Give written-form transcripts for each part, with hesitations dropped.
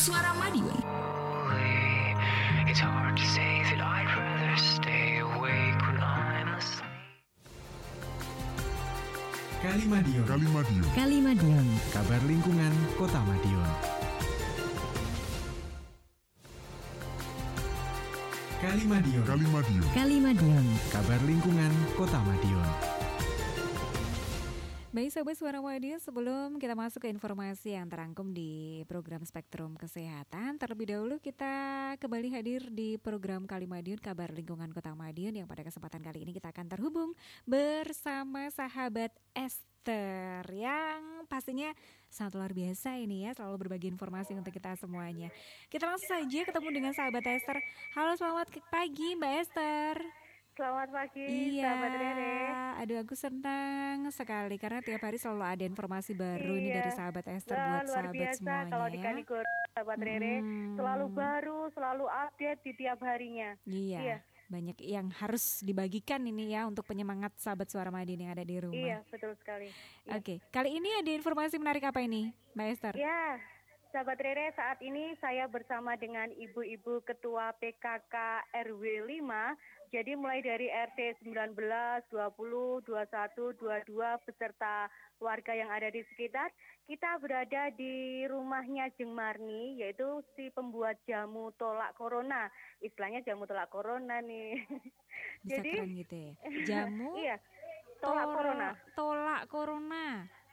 Suara Madiun. It's hard to say that I'd rather stay awake when I'm asleep. Kalimadion. Kalimadion. Kabar lingkungan Kota Madiun. Kalimadion. Kabar lingkungan Kota Madiun. Baik Sobat Suara Madiun, sebelum kita masuk ke informasi yang terangkum di program Spektrum Kesehatan, terlebih dahulu kita kembali hadir di program Kalimadion, Kabar Lingkungan Kota Madiun, yang pada kesempatan kali ini kita akan terhubung bersama sahabat Esther yang pastinya sangat luar biasa ini ya, selalu berbagi informasi untuk kita semuanya. Kita langsung saja ketemu dengan sahabat Esther. Halo, selamat pagi Mbak Esther. Selamat pagi, Iya, sahabat Rere. Aduh aku senang sekali karena tiap hari selalu ada informasi baru nih dari sahabat Esther buat luar sahabat biasa semuanya kalau di ya. Kanigoro, sahabat Rere, selalu baru, selalu update di tiap harinya. Iya, banyak yang harus dibagikan ini ya untuk penyemangat sahabat Suara Madiun yang ada di rumah. Iya, betul sekali. Iya. Oke, kali ini ada informasi menarik apa ini, Mbak Esther? Ya, sahabat Rere, saat ini saya bersama dengan ibu-ibu ketua PKK RW 5. Jadi mulai dari RT 19, 20, 21, 22 beserta warga yang ada di sekitar, kita berada di rumahnya Jeng Marni, yaitu si pembuat jamu tolak corona. Istilahnya jamu tolak corona nih. Bisa Jadi keren gitu ya. Jamu iya, tolak corona. Tolak corona.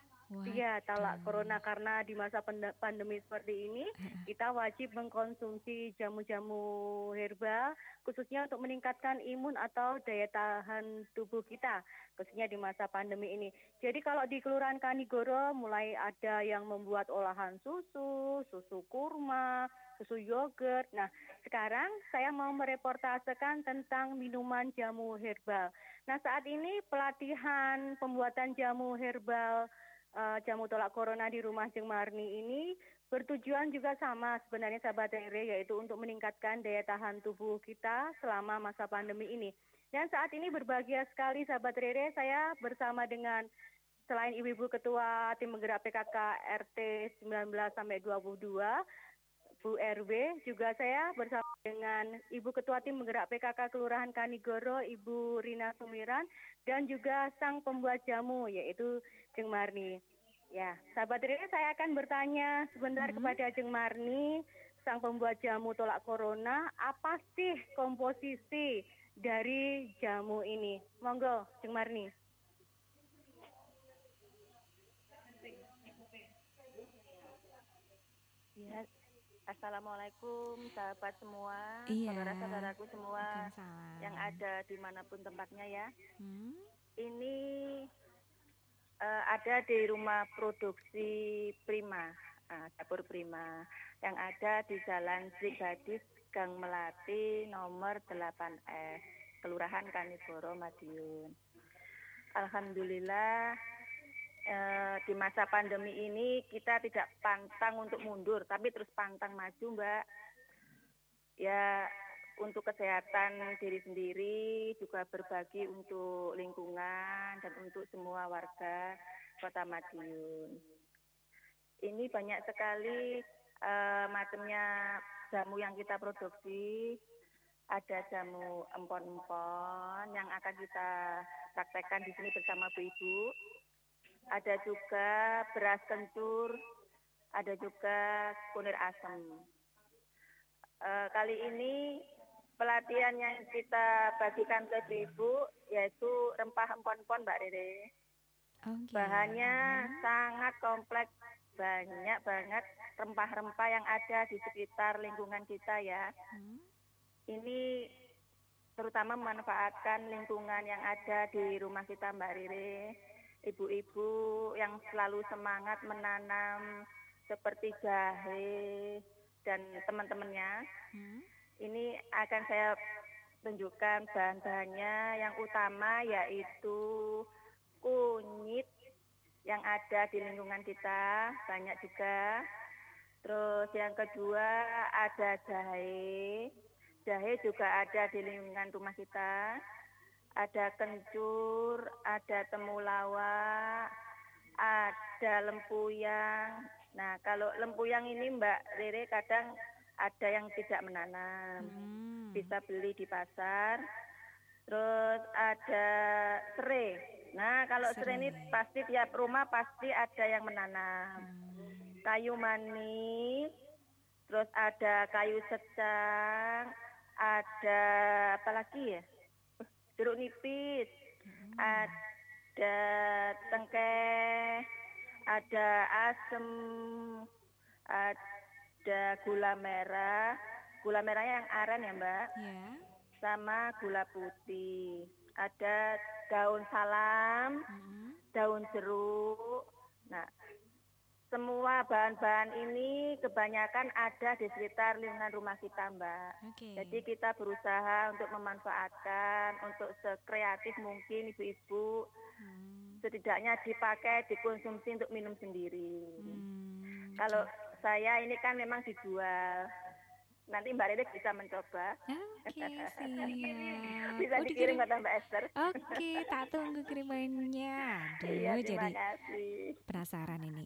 Iya, tolak corona karena di masa pandemi seperti ini kita wajib mengkonsumsi jamu-jamu herbal khususnya untuk meningkatkan imun atau daya tahan tubuh kita khususnya di masa pandemi ini. Jadi kalau di Kelurahan Kanigoro mulai ada yang membuat olahan susu kurma, susu yogurt. Nah, sekarang saya mau mereportasekan tentang minuman jamu herbal. Nah, saat ini pelatihan pembuatan jamu herbal jamu tolak corona di rumah Jeng Marni ini bertujuan juga sama sebenarnya sahabat Rere, yaitu untuk meningkatkan daya tahan tubuh kita selama masa pandemi ini. Dan saat ini berbahagia sekali sahabat Rere, saya bersama dengan selain ibu-ibu ketua tim penggerak PKK RT 19 sampai 22 Bu RW, juga saya bersama dengan Ibu Ketua Tim Penggerak PKK Kelurahan Kanigoro, Ibu Rina Sumiran, dan juga sang pembuat jamu, yaitu Jeng Marni. Ya, sahabat Rere, saya akan bertanya sebentar kepada Jeng Marni, sang pembuat jamu tolak corona, apa sih komposisi dari jamu ini? Monggo, Jeng Marni. Ya. Assalamualaikum sahabat semua, Iya. saudara-saudaraku semua yang ada dimanapun tempatnya ya. Ini ada di rumah produksi Prima, dapur Prima, yang ada di Jalan Sri Gadis, Gang Melati, nomor 8F, Kelurahan Kanigoro, Madiun. Alhamdulillah. Di masa pandemi ini kita tidak pantang untuk mundur, tapi terus pantang maju, Mbak. Ya, untuk kesehatan diri sendiri, juga berbagi untuk lingkungan dan untuk semua warga Kota Madiun. Ini banyak sekali macamnya jamu yang kita produksi. Ada jamu empon-empon yang akan kita praktekkan di sini bersama Bu Ibu. Ada juga beras kencur, ada juga kunir asam. Kali ini pelatihan yang kita bagikan ke Ibu yaitu rempah empon-empon, Mbak Rere. Okay. Bahannya sangat kompleks, banyak banget rempah-rempah yang ada di sekitar lingkungan kita ya. Ini terutama memanfaatkan lingkungan yang ada di rumah kita, Mbak Rere. Ibu-ibu yang selalu semangat menanam seperti jahe dan teman-temannya. Ini akan saya tunjukkan bahan-bahannya. Yang utama yaitu kunyit yang ada di lingkungan kita, banyak juga. Terus yang kedua ada jahe. Jahe juga ada di lingkungan rumah kita. Ada kencur, ada temulawak, ada lempuyang. Nah, kalau lempuyang ini Mbak Rere kadang ada yang tidak menanam. Bisa beli di pasar. Terus ada serai. Nah, kalau serai ini pasti tiap rumah pasti ada yang menanam. Kayu manis, terus ada kayu secang, ada apa lagi ya? Jeruk nipis, ada tengkeh, ada asem, ada gula merah. Gula merahnya yang aren ya Mbak, sama gula putih. Ada daun salam, daun jeruk. Nah, semua bahan-bahan ini kebanyakan ada di sekitar lingkungan rumah kita, Mbak. Jadi kita berusaha untuk memanfaatkan, untuk sekreatif mungkin ibu-ibu, setidaknya dipakai, dikonsumsi untuk minum sendiri. Kalau saya ini kan memang dijual. Nanti Mbak Rere bisa mencoba. Oke, siap. Bisa dikirim ke Mbak Esther. Oke, tak tunggu kirimannya. Aduh, Iya, terima jadi kasih. penasaran ini.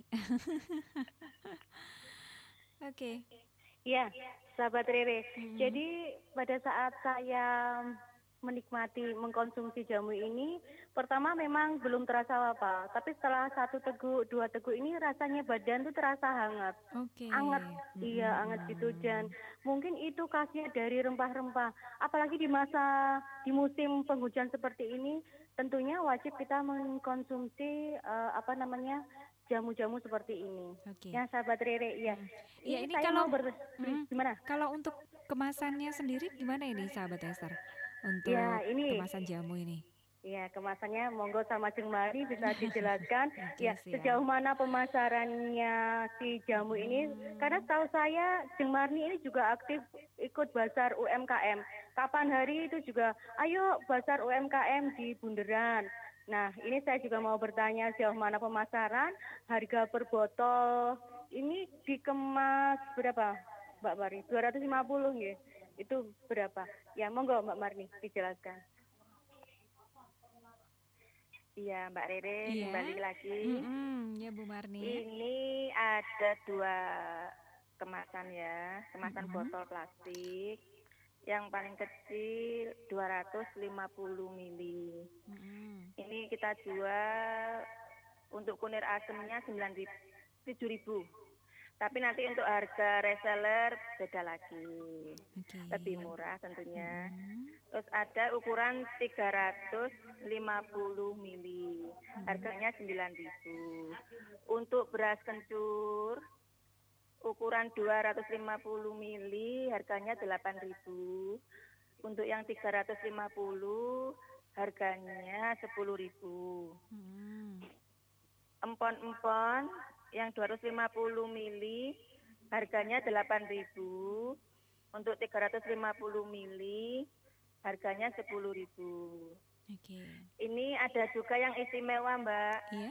Oke. Iya, sahabat Rere. Jadi pada saat saya menikmati, mengkonsumsi jamu ini, pertama memang belum terasa apa, tapi setelah 1 teguk, 2 teguk ini rasanya badan tuh terasa hangat. Hangat, iya hangat gitu, dan mungkin itu khasnya dari rempah-rempah. Apalagi di musim penghujan seperti ini, tentunya wajib kita mengkonsumsi jamu-jamu seperti ini. Ya sahabat Rere, iya. Ya, ini saya kalau gimana? Kalau untuk kemasannya sendiri gimana ini sahabat Esther? Untuk Ya, ini kemasan jamu ini. Ya, kemasannya monggo sama Jeng Mari bisa dijelaskan. Oke, Ya, siap. sejauh mana pemasarannya si jamu ini? Karena tahu saya Jeng Mari ini juga aktif ikut Basar UMKM. Kapan hari itu juga, ayo Basar UMKM di Bundaran. Nah, ini saya juga mau bertanya sejauh mana pemasaran, harga per botol ini dikemas berapa, Mbak Mari? 250 nggih. Itu berapa? Ya, monggo Mbak Marni dijelaskan. Iya, Mbak Rere, kembali lagi. Ya, Bu Marni. Ini ada 2 kemasan ya, kemasan botol plastik. Yang paling kecil 250 mili. Ini kita jual untuk kunir asemnya 7.000. Tapi nanti untuk harga reseller beda lagi, lebih murah tentunya. Terus ada ukuran 350 mili, harganya 9.000. Untuk beras kencur ukuran 250 mili, harganya 8.000. Untuk yang 350 harganya 10.000. Empon-empon yang 250 mili harganya 8.000. Untuk 350 mili harganya 10.000. Ini ada juga yang istimewa, Mbak. Iya.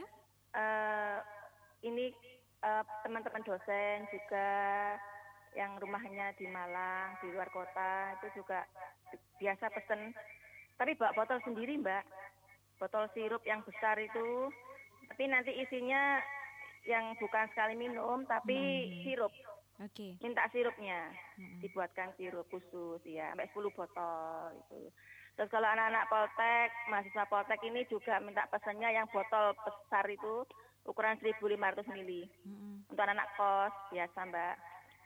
Ini teman-teman dosen juga yang rumahnya di Malang, di luar kota, itu juga biasa pesen. Tapi bawa botol sendiri, Mbak. Botol sirup yang besar itu. Tapi nanti isinya yang bukan sekali minum, tapi sirup. Minta sirupnya, dibuatkan sirup khusus ya, sampai 10 botol itu. Terus kalau anak-anak Poltek, mahasiswa Poltek ini juga minta pesannya yang botol besar itu ukuran 1.500 mili. Untuk anak kos biasa, Mbak.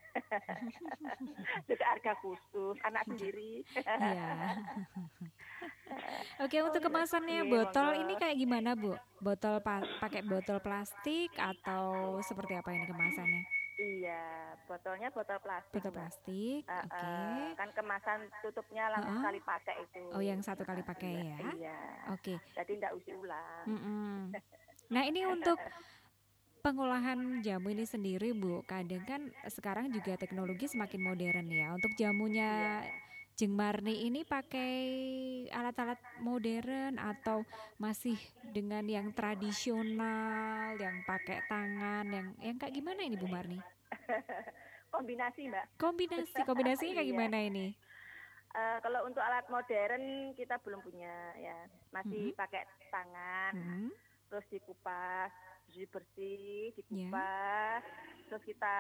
Juga harga khusus, anak sendiri. Iya. Oke, untuk kemasannya botol ini kayak gimana, Bu? Botol pakai botol plastik atau seperti apa ini kemasannya? Iya, botolnya botol plastik. Botol plastik, oke. Kan kemasan tutupnya langsung sekali pakai itu. Oh, yang 1 kali pakai ya? Iya. Oke. Jadi tidak usi ulang. Nah, ini untuk pengolahan jamu ini sendiri, Bu, kadang kan sekarang juga teknologi semakin modern ya. Untuk jamunya Jeng Marni ini pakai alat-alat modern atau masih dengan yang tradisional, yang pakai tangan, yang kayak gimana ini, Bu Marni? Kombinasi, Mbak. Kombinasinya kayak gimana ini? Kalau untuk alat modern kita belum punya ya, masih pakai tangan, terus dikupas dicuci bersih, Ya. dikupas, terus kita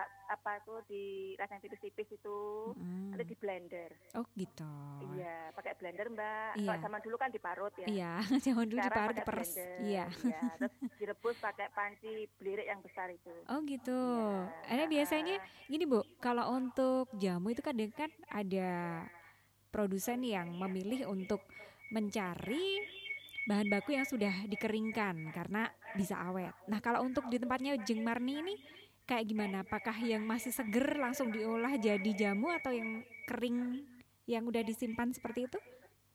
dirasain tipis-tipis itu, nanti di blender. Oh gitu. Iya, pakai blender Mbak. Iya. Kalau zaman dulu kan diparut ya. Iya, jangan dulu Sekarang diparut pakai diperes. blender. Iya. Iya, terus direbus pakai panci belirik yang besar itu. Oh gitu. Iya. Ini biasanya gini Bu, kalau untuk jamu itu kadang kan ada produsen yang memilih untuk mencari bahan baku yang sudah dikeringkan karena bisa awet. Nah kalau untuk di tempatnya Jeng Marni ini kayak gimana? Apakah yang masih seger langsung diolah jadi jamu atau yang kering yang udah disimpan seperti itu?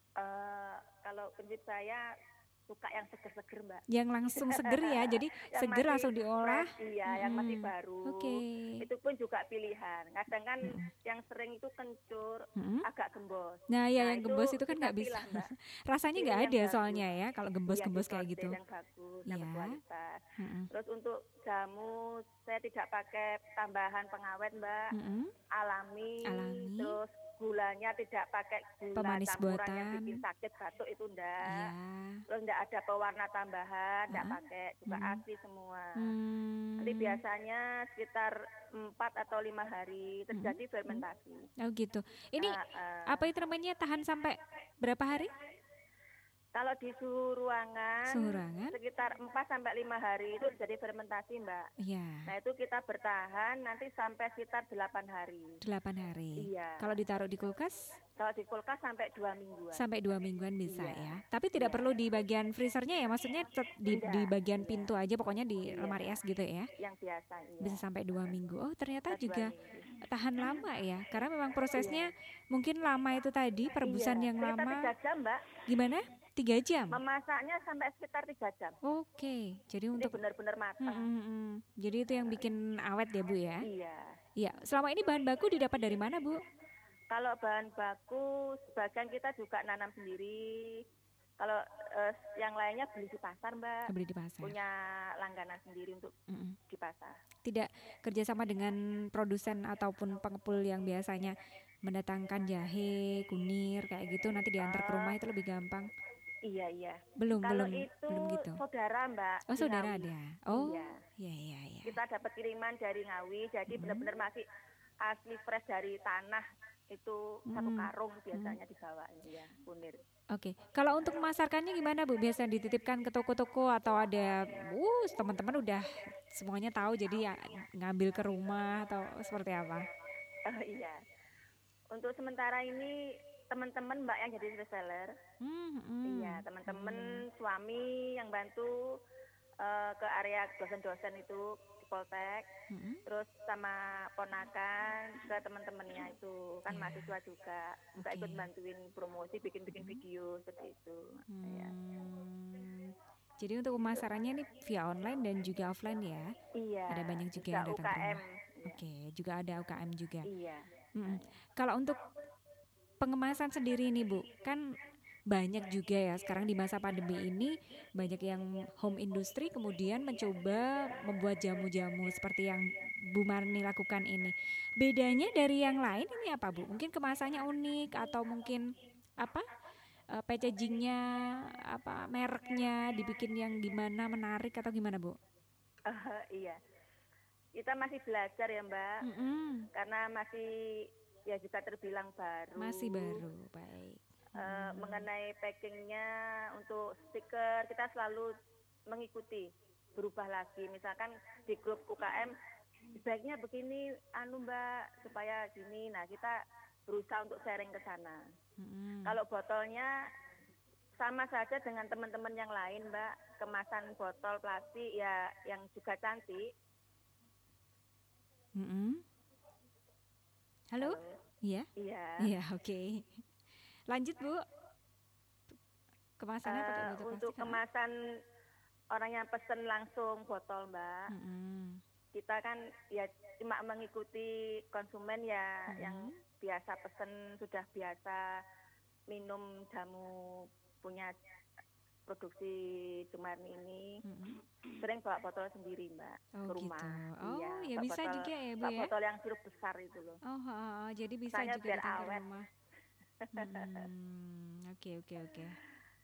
Kalau prinsip saya suka yang seger-seger Mbak. Yang langsung seger ya, jadi Yang seger masih langsung diolah. fresh, iya, yang masih baru. Oke. Itu pun juga pilihan. Kadang kan yang sering itu kencur, agak gembos. Nah ya yang gembos itu kan kita nggak bisa. pilah, Mbak. Rasanya Pilih nggak yang ada bagus. soalnya ya kalau gembos-gembos Iya, kayak disortir gitu. yang bagus, yang Iya. berkualitas. Mm-mm. Terus untuk jamu saya tidak pakai tambahan pengawet Mbak, Mm-mm. alami. Alami. Terus gulanya tidak pakai gula Pemanis campuran yang buatan. bikin sakit batuk itu enggak. Iya. Terus enggak ada pewarna tambahan, enggak Ah. pakai, juga asli semua. Hmm. Nanti biasanya sekitar 4 atau 5 hari terjadi fermentasi. Oh gitu. Ini Ah, apa itu namanya tahan sampai berapa hari? Kalau di suhu ruangan, Suhu ruangan? sekitar 4 sampai 5 hari itu terjadi fermentasi, Mbak. Iya. Nah, itu kita bertahan nanti sampai sekitar 8 hari. 8 hari. Iya. Kalau ditaruh di kulkas Kalau di kulkas sampai 2 mingguan. sampai 2 mingguan bisa Iya. ya. Tapi tidak perlu di bagian freezernya ya, maksudnya di Tidak. bagian pintu aja, pokoknya di Iya. lemari es gitu ya. Yang biasa, iya. Bisa sampai 2 minggu. Oh ternyata Sampai 2 juga minggu. tahan lama ya, karena memang prosesnya mungkin lama itu tadi, perebusan Iya, yang sekitar lama. 3 jam, Mbak. Gimana? 3 jam? Memasaknya sampai sekitar 3 jam. Oke, jadi Jadi untuk benar-benar matang. Jadi itu yang bikin awet ya Bu ya? Iya. Iya, selama ini bahan baku didapat dari mana Bu? Kalau bahan baku sebagian kita juga nanam sendiri. Kalau yang lainnya beli di pasar, Mbak. Beli di pasar. Punya langganan sendiri untuk Mm-mm. di pasar. Tidak kerjasama dengan produsen ataupun pengepul yang biasanya mendatangkan jahe, kunir kayak gitu, nanti diantar ke rumah itu lebih gampang. Iya, iya. Belum Kalau belum itu belum gitu. saudara, Mbak. Oh di saudara Ngawi. ada. Oh Iya. iya iya iya. Kita dapat kiriman dari Ngawi, jadi benar-benar masih asli fresh dari tanah. Itu satu karung biasanya dibawa ya, kunir. Oke, kalau untuk memasarkannya gimana Bu? Biasa dititipkan ke toko-toko atau ada, teman-teman udah semuanya tahu jadi ya ngambil ke rumah atau seperti apa? Iya. Untuk sementara ini teman-teman Mbak yang jadi reseller, iya teman-teman suami yang bantu ke area dosen-dosen itu di Poltek, terus sama ponakan ke teman-temannya itu kan mahasiswa juga ikut bantuin promosi, bikin-bikin video seperti itu. Ya. Jadi untuk pemasarannya ini via online dan juga offline ya? Iya. Ada banyak juga yang datang ke UKM. rumah. Oke, juga ada UKM juga. Iya. Kalau untuk pengemasan sendiri nih Bu, kan banyak juga ya sekarang di masa pandemi ini banyak yang home industry kemudian mencoba membuat jamu-jamu seperti yang Bu Marni lakukan ini. Bedanya dari yang lain ini apa Bu? Mungkin kemasannya unik atau mungkin apa? Packagingnya apa mereknya dibikin yang gimana menarik atau gimana Bu? Iya, kita masih belajar ya Mbak, karena masih ya juga terbilang baru. Masih baru, baik. Mengenai packingnya untuk stiker kita selalu mengikuti, berubah lagi. Misalkan di grup UKM sebaiknya begini, Mbak supaya gini. Nah kita berusaha untuk sharing ke sana. Kalau botolnya sama saja dengan teman-teman yang lain, Mbak. Kemasan botol plastik ya yang juga cantik. Halo? Iya? Iya. Iya, oke. Lanjut, Bu. Kemasannya pakai botol untuk plastik. kemasan orang yang pesen langsung botol, Mbak. Kita kan ya cuma mengikuti konsumen ya yang biasa pesen, sudah biasa minum jamu punya produksi Sumarni ini, sering bawa botol sendiri Mbak ke rumah. Gitu. Oh iya, ya bawa bisa botol, juga ya Bu bawa ya. botol yang sirup besar itu loh. Jadi bisa Misalnya juga biar datang ke awet. rumah. Oke.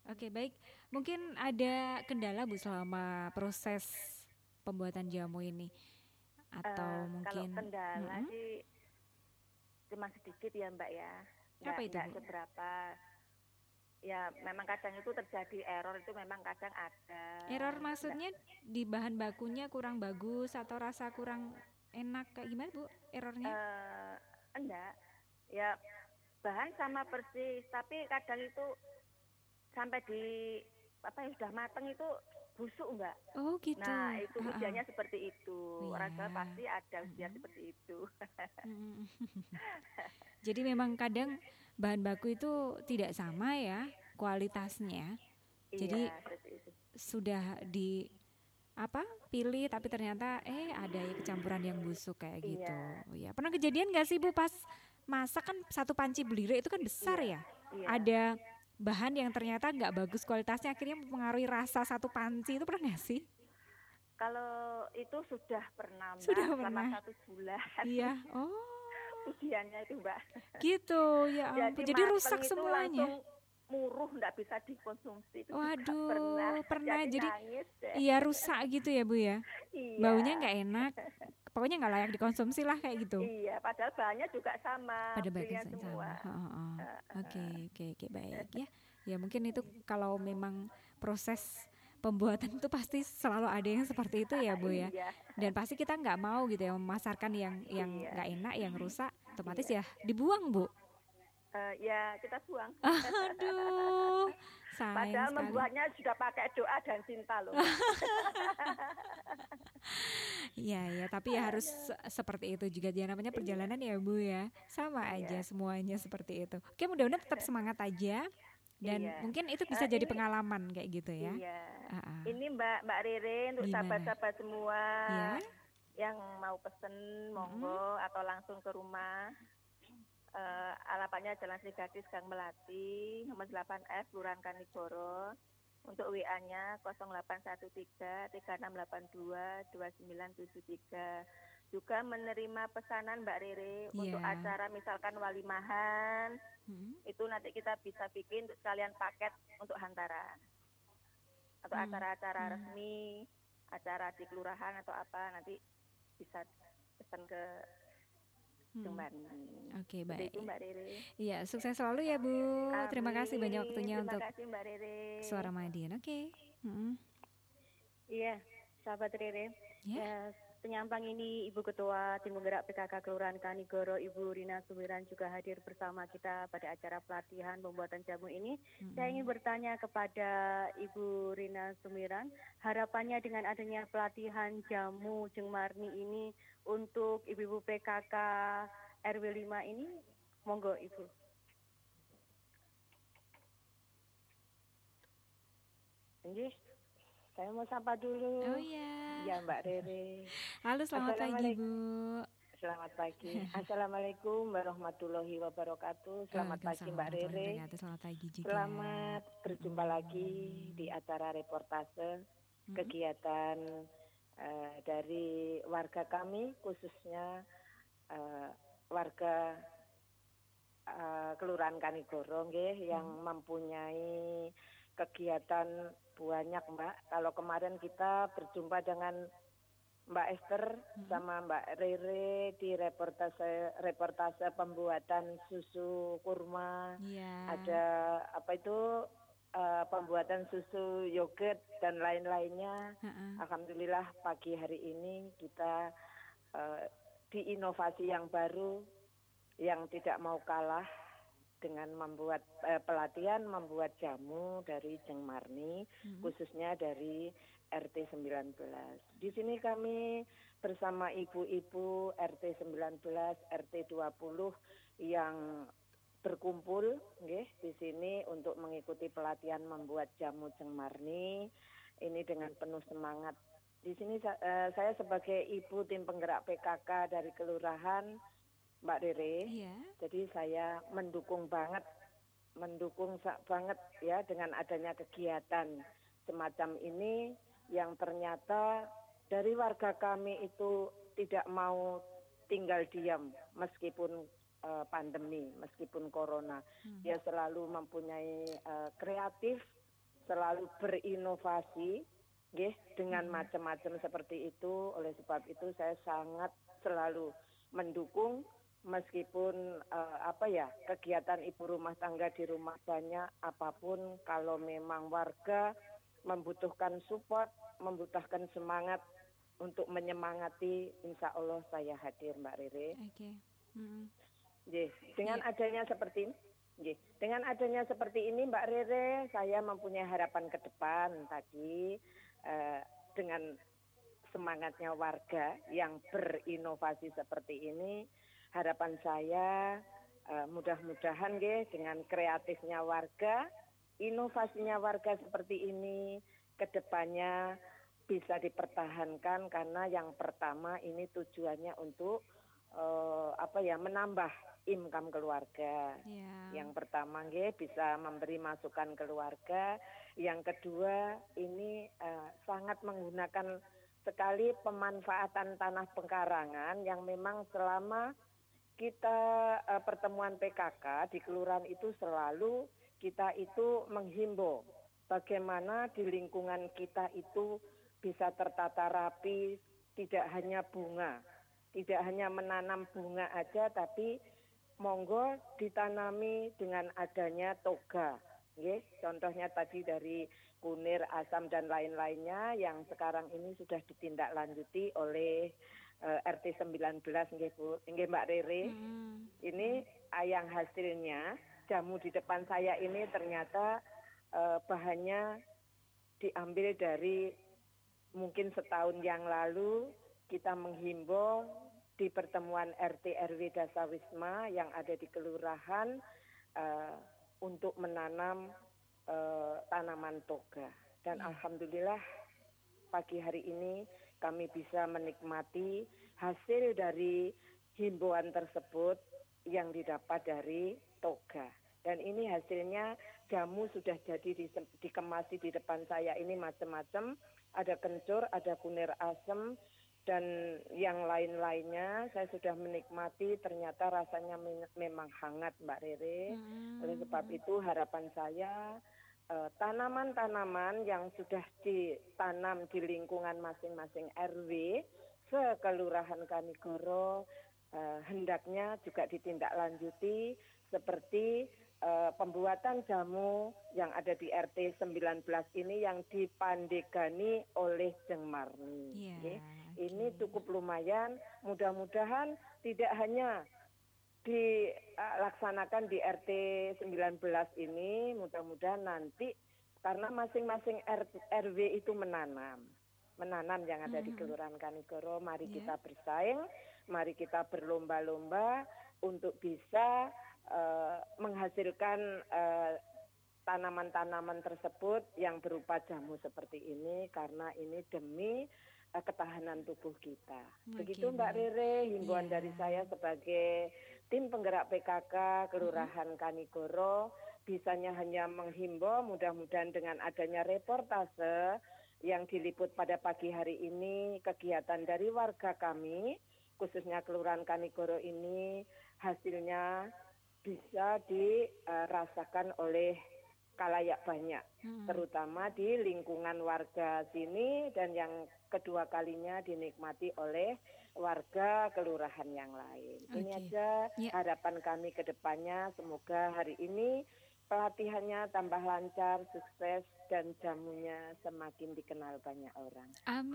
Oke, baik. Mungkin ada kendala Bu selama proses pembuatan jamu ini atau Kalau mungkin kendala Mm-mm. sih cuma sedikit ya Mbak ya, Apa itu, nggak Bu? seberapa. Ya memang kadang itu terjadi error itu memang kadang ada. Error maksudnya di bahan bakunya kurang bagus atau rasa kurang enak kayak gimana Bu errornya? Enggak, ya bahan sama persis, tapi kadang itu sampai di apa ya sudah mateng itu busuk Mbak. Oh gitu. Nah itu Ah, ah. ujiannya seperti itu. Iya. Orang Jawa pasti ada ujian seperti itu. Mm. Jadi memang kadang bahan baku itu tidak sama ya kualitasnya. Jadi Iya seperti itu. sudah di pilih tapi ternyata ada ya kecampuran yang busuk kayak gitu. Iya. Oh ya, pernah kejadian nggak sih Bu pas masak kan satu panci belire itu kan besar ya? Iya. Ada bahan yang ternyata nggak bagus kualitasnya akhirnya mempengaruhi rasa satu panci itu pernah nggak sih? Kalau itu sudah pernah Mbak, Sudah selama pernah. 1 bulan Iya. Oh ujiannya itu Mbak. gitu ya ampun. Jadi mateng rusak itu semuanya. langsung muruh, nggak bisa dikonsumsi. Itu juga Waduh, pernah. Jadi nangis deh. iya rusak gitu ya Bu ya. Iya. Baunya nggak enak. Pokoknya nggak layak dikonsumsi lah kayak gitu. Iya, padahal bahannya juga sama, Pada pilihan bagian semua. sama. Oke, baik ya. Ya mungkin itu kalau memang proses pembuatan itu pasti selalu ada yang seperti itu ya Bu ya. Iya. Dan pasti kita nggak mau gitu ya memasarkan yang Iya. nggak enak, yang rusak, otomatis ya dibuang Bu. Ya kita buang. Aduh, sayang Padahal sekali. membuatnya sudah pakai doa dan cinta loh. Iya, tapi ya harus seperti itu juga. Dia namanya perjalanan ya Bu ya. Sama aja semuanya seperti itu. Oke, mudah-mudahan tetap semangat aja. Dan Iya. mungkin itu bisa jadi Ini- pengalaman kayak gitu ya. Iya. Ah. Ini Mbak Rere untuk Gimana? sahabat-sahabat semua Ya. yang mau pesen monggo atau langsung ke rumah. Alamatnya Jalan Sri Gadis Gang Melati nomor 8F Kelurahan Kanigoro. Untuk WA-nya 0813 3682 2973. Juga menerima pesanan Mbak Rere untuk Iya. acara misalkan walimahan. Itu nanti kita bisa bikin untuk sekalian paket untuk hantaran. Atau acara-acara resmi, acara di kelurahan atau apa nanti bisa pesan ke Jember. Oke, Seperti baik. itu Mbak Rere. Iya, sukses selalu ya Bu. Terima kasih banyak Amin. waktunya Terima untuk kasih Mbak Rere. Suara Madiun. Oke. Iya, sahabat Rere. Ya. Ya, penyampang ini Ibu Ketua Tim Penggerak PKK Kelurahan Kanigoro, Ibu Rina Sumiran juga hadir bersama kita pada acara pelatihan pembuatan jamu ini. Saya ingin bertanya kepada Ibu Rina Sumiran, harapannya dengan adanya pelatihan jamu Jeng Marni ini untuk ibu-ibu PKK RW 5 ini, monggo Ibu. Nggih, saya mau sapa dulu. Oh iya. Ya Mbak Rere. Halo, selamat pagi Bu. Selamat pagi. Assalamualaikum warahmatullahi wabarakatuh. Selamat pagi Mbak Rere. Selamat pagi juga. Selamat berjumpa lagi di acara reportase kegiatan dari warga kami, khususnya warga Kelurahan Kanigoro nggih, yang mempunyai kegiatan banyak Mbak. Kalau kemarin kita berjumpa dengan Mbak Esther sama Mbak Rere di reportase pembuatan susu kurma. Iya. Ada pembuatan susu yogurt dan lain-lainnya. Alhamdulillah pagi hari ini kita di inovasi yang baru yang tidak mau kalah dengan membuat pelatihan membuat jamu dari Jeng Marni, khususnya dari RT 19. Di sini kami bersama ibu-ibu RT 19, RT 20 yang berkumpul nggih di sini untuk mengikuti pelatihan membuat jamu Jeng Marni ini dengan penuh semangat. Di sini saya sebagai ibu tim penggerak PKK dari kelurahan Mbak Rere. Iya. Jadi saya mendukung banget ya dengan adanya kegiatan semacam ini yang ternyata dari warga kami itu tidak mau tinggal diam meskipun pandemi, meskipun corona. Dia selalu mempunyai kreatif selalu berinovasi nggih dengan macam-macam seperti itu. Oleh sebab itu saya sangat selalu mendukung meskipun kegiatan ibu rumah tangga di rumah banyak, apapun kalau memang warga membutuhkan support, membutuhkan semangat untuk menyemangati, insya Allah saya hadir Mbak Rere. Oke. Dengan adanya seperti ini, dengan adanya seperti ini Mbak Rere, saya mempunyai harapan ke depan tadi dengan semangatnya warga yang berinovasi seperti ini. Harapan saya mudah-mudahan dengan kreatifnya warga, inovasinya warga seperti ini ke depannya bisa dipertahankan, karena yang pertama ini tujuannya untuk menambah income keluarga. Yang pertama bisa memberi masukan keluarga. Yang kedua ini sangat menggunakan sekali pemanfaatan tanah pengkarangan yang memang selama kita pertemuan PKK di kelurahan itu selalu kita itu menghimbau bagaimana di lingkungan kita itu bisa tertata rapi, tidak hanya bunga, tidak hanya menanam bunga aja, tapi monggo ditanami dengan adanya toga. Contohnya tadi dari kunir, asam dan lain-lainnya yang sekarang ini sudah ditindaklanjuti oleh RT 19 Mbak Rere. Ini yang hasilnya jamu di depan saya ini ternyata bahannya diambil dari mungkin setahun yang lalu kita menghimbau di pertemuan RT RW Dasawisma yang ada di kelurahan untuk menanam tanaman toga. Dan alhamdulillah pagi hari ini kami bisa menikmati hasil dari himbauan tersebut yang didapat dari toga. Dan ini hasilnya jamu sudah jadi dikemasi di depan saya ini macam-macam. Ada kencur, ada kunir asem, dan yang lain-lainnya. Saya sudah menikmati, ternyata rasanya memang hangat Mbak Rere. Oleh sebab itu harapan saya tanaman-tanaman yang sudah ditanam di lingkungan masing-masing RW sekelurahan Kanigoro hendaknya juga ditindaklanjuti seperti pembuatan jamu yang ada di RT 19 ini yang dipandegani oleh Jeng Marni. Ini cukup lumayan, mudah-mudahan tidak hanya dilaksanakan di RT 19 ini, mudah-mudahan nanti karena masing-masing RW itu menanam yang ada di Kelurahan Kanigoro. Mari kita bersaing, mari kita berlomba-lomba untuk bisa menghasilkan tanaman-tanaman tersebut yang berupa jamu seperti ini, karena ini demi ketahanan tubuh kita. Begitu Mbak Rere, himbauan dari saya sebagai tim penggerak PKK Kelurahan Kanigoro, bisanya hanya menghimbau, mudah-mudahan dengan adanya reportase yang diliput pada pagi hari ini, kegiatan dari warga kami, khususnya Kelurahan Kanigoro ini, hasilnya bisa dirasakan oleh kalayak banyak, terutama di lingkungan warga sini, dan yang kedua kalinya dinikmati oleh warga kelurahan yang lain. Ini aja harapan kami ke depannya, semoga hari ini pelatihannya tambah lancar, sukses, dan jamunya semakin dikenal banyak orang.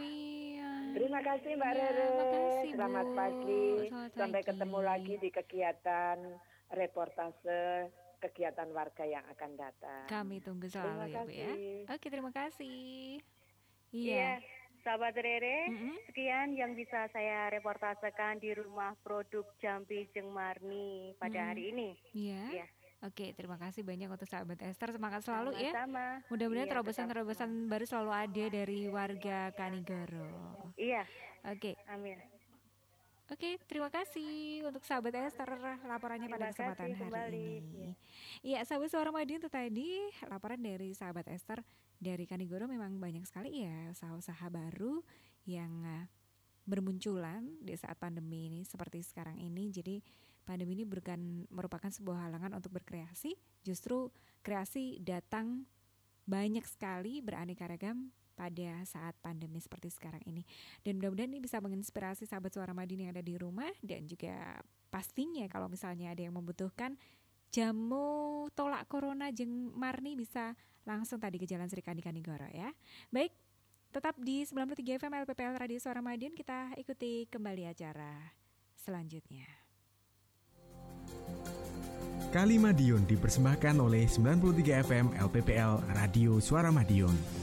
Amin. Terima kasih Mbak Rere. Makasih, selamat Bu. pagi. Selamat Sampai pagi. ketemu lagi di kegiatan reportase kegiatan warga yang akan datang. Kami tunggu selalu ya Bu ya. Oke, terima kasih. Iya, sahabat Rere, sekian yang bisa saya reportasekan di rumah produk Jambi Jeng Marni pada hari ini. Iya. Oke, terima kasih banyak untuk sahabat Esther. Semangat selalu Sama-sama. ya. Mudah-mudahan Iya, terobosan-terobosan baru selalu ada dari warga Kanigoro. Iya. Oke. Amin. Oke, terima kasih untuk sahabat Esther laporannya pada Terima kesempatan kasih hari kembali. ini. Iya, sahabat Suara Madiun itu tadi laporan dari sahabat Esther dari Kanigoro. Memang banyak sekali ya usaha-usaha baru yang bermunculan di saat pandemi ini seperti sekarang ini. Jadi pandemi ini bukan merupakan sebuah halangan untuk berkreasi, justru kreasi datang banyak sekali beraneka ragam pada saat pandemi seperti sekarang ini. Dan mudah-mudahan ini bisa menginspirasi sahabat Suara Madiun yang ada di rumah, dan juga pastinya kalau misalnya ada yang membutuhkan jamu tolak corona jeung Marni bisa langsung tadi ke Jalan Sri Kandi Kanigoro ya. Baik, tetap di 93 FM LPPL Radio Suara Madiun, kita ikuti kembali acara selanjutnya. Kali Madiun dipersembahkan oleh 93 FM LPPL Radio Suara Madiun.